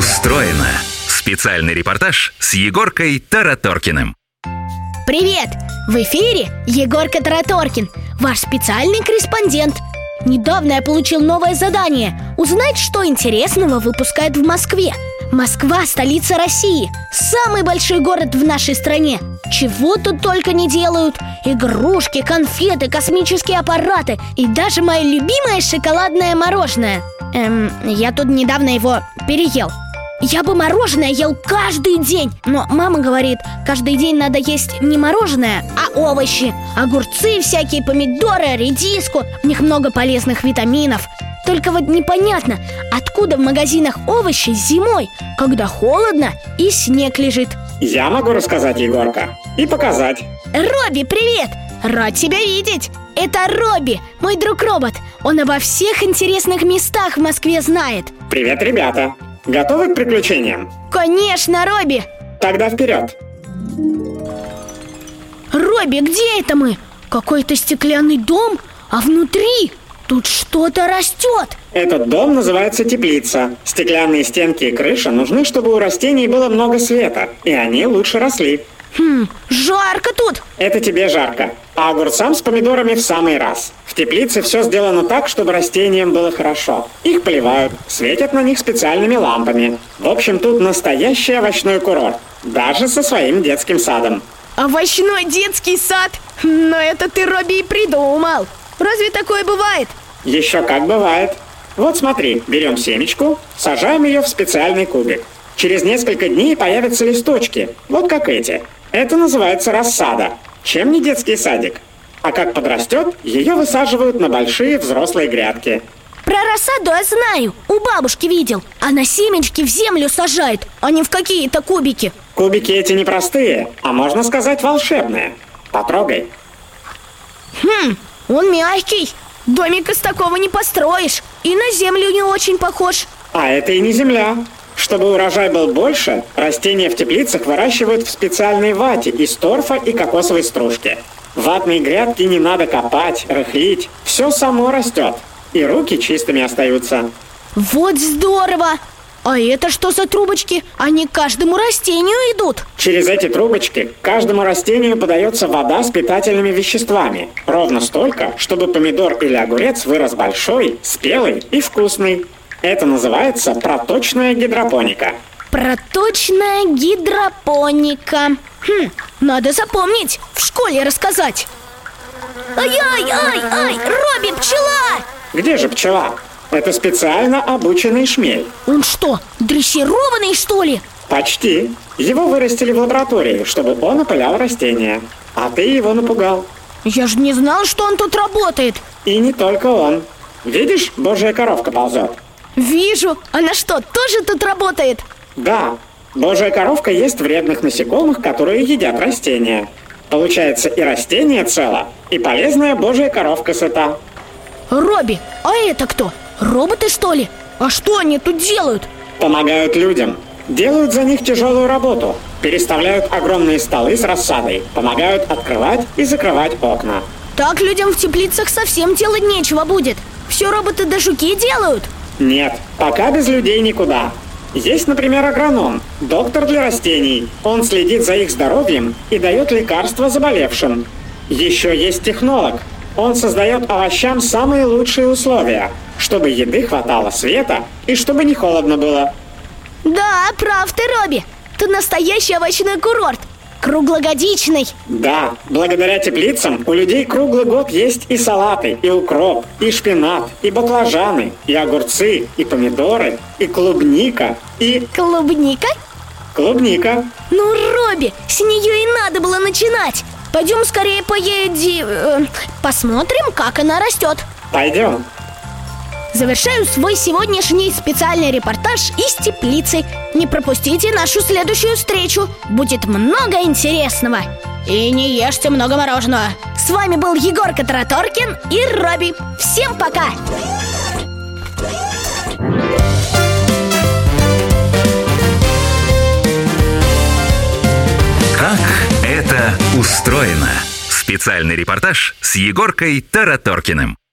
устроено. Специальный репортаж с Егоркой Тараторкиным. Привет! В эфире Егорка Тараторкин, ваш специальный корреспондент. Недавно я получил новое задание – узнать, что интересного выпускают в Москве. Москва – столица России, самый большой город в нашей стране. Чего тут только не делают: игрушки, конфеты, космические аппараты и даже мое любимое шоколадное мороженое. Я тут недавно его переел. Я бы мороженое ел каждый день, но мама говорит, каждый день надо есть не мороженое, а овощи. Огурцы всякие, помидоры, редиску. В них много полезных витаминов. Только вот непонятно, откуда в магазинах овощи зимой, когда холодно и снег лежит. Я могу рассказать, Егорка, и показать. Робби, привет! Рад тебя видеть! Это Робби, мой друг-робот. Он обо всех интересных местах в Москве знает. Привет, ребята! Готовы к приключениям? Конечно, Робби! Тогда вперед! Робби, где это мы? Какой-то стеклянный дом, а внутри тут что-то растет. Этот дом называется теплица. Стеклянные стенки и крыша нужны, чтобы у растений было много света, и они лучше росли. Жарко тут. Это тебе жарко, а огурцам с помидорами в самый раз. В теплице все сделано так, чтобы растениям было хорошо. Их поливают, светят на них специальными лампами. В общем, тут настоящий овощной курорт, даже со своим детским садом. Овощной детский сад? Но это ты, Робби, и придумал. Разве такое бывает? Еще как бывает. Вот смотри, берем семечку, сажаем ее в специальный кубик. Через несколько дней появятся листочки, вот как эти. Это называется рассада. Чем не детский садик? А как подрастет, ее высаживают на большие взрослые грядки. Про рассаду я знаю, у бабушки видел. Она семечки в землю сажает, а не в какие-то кубики. Кубики эти непростые, а можно сказать волшебные. Потрогай. Он мягкий. Домик из такого не построишь. И на землю не очень похож. А это и не земля. Чтобы урожай был больше, растения в теплицах выращивают в специальной вате из торфа и кокосовой стружки. Ватные грядки не надо копать, рыхлить. Все само растет. И руки чистыми остаются. Вот здорово! А это что за трубочки? Они к каждому растению идут. Через эти трубочки к каждому растению подается вода с питательными веществами. Ровно столько, чтобы помидор или огурец вырос большой, спелый и вкусный. Это называется проточная гидропоника. Проточная гидропоника. Надо запомнить, в школе рассказать. Ай, Робби, пчела! Где же пчела? Это специально обученный шмель. Он что, дрессированный, что ли? Почти. Его вырастили в лаборатории, чтобы он опылял растения. А ты его напугал. Я же не знал, что он тут работает. И не только он. Видишь, божья коровка ползет? Вижу. Она что, тоже тут работает? Да. Божья коровка ест вредных насекомых, которые едят растения. Получается, и растение цело, и полезная божья коровка сыта. Робби, а это кто? Роботы, что ли? А что они тут делают? Помогают людям. Делают за них тяжелую работу. Переставляют огромные столы с рассадой. Помогают открывать и закрывать окна. Так людям в теплицах совсем делать нечего будет. Все роботы да жуки делают? Нет, пока без людей никуда. Есть, например, агроном, доктор для растений. Он следит за их здоровьем и дает лекарства заболевшим. Еще есть технолог. Он создает овощам самые лучшие условия, чтобы еды хватало, света и чтобы не холодно было. Да, прав ты, Робби. Ты настоящий овощной курорт. Круглогодичный. Да, благодаря теплицам у людей круглый год есть и салаты, и укроп, и шпинат, и баклажаны, и огурцы, и помидоры, и клубника, и... Клубника? Клубника. Ну, Робби, с нее и надо было начинать. Пойдем скорее посмотрим, как она растет. Пойдем. Завершаю свой сегодняшний специальный репортаж из теплицы. Не пропустите нашу следующую встречу. Будет много интересного. И не ешьте много мороженого. С вами был Егорка Тараторкин и Робби. Всем пока! Как это устроено? Специальный репортаж с Егоркой Тараторкиным.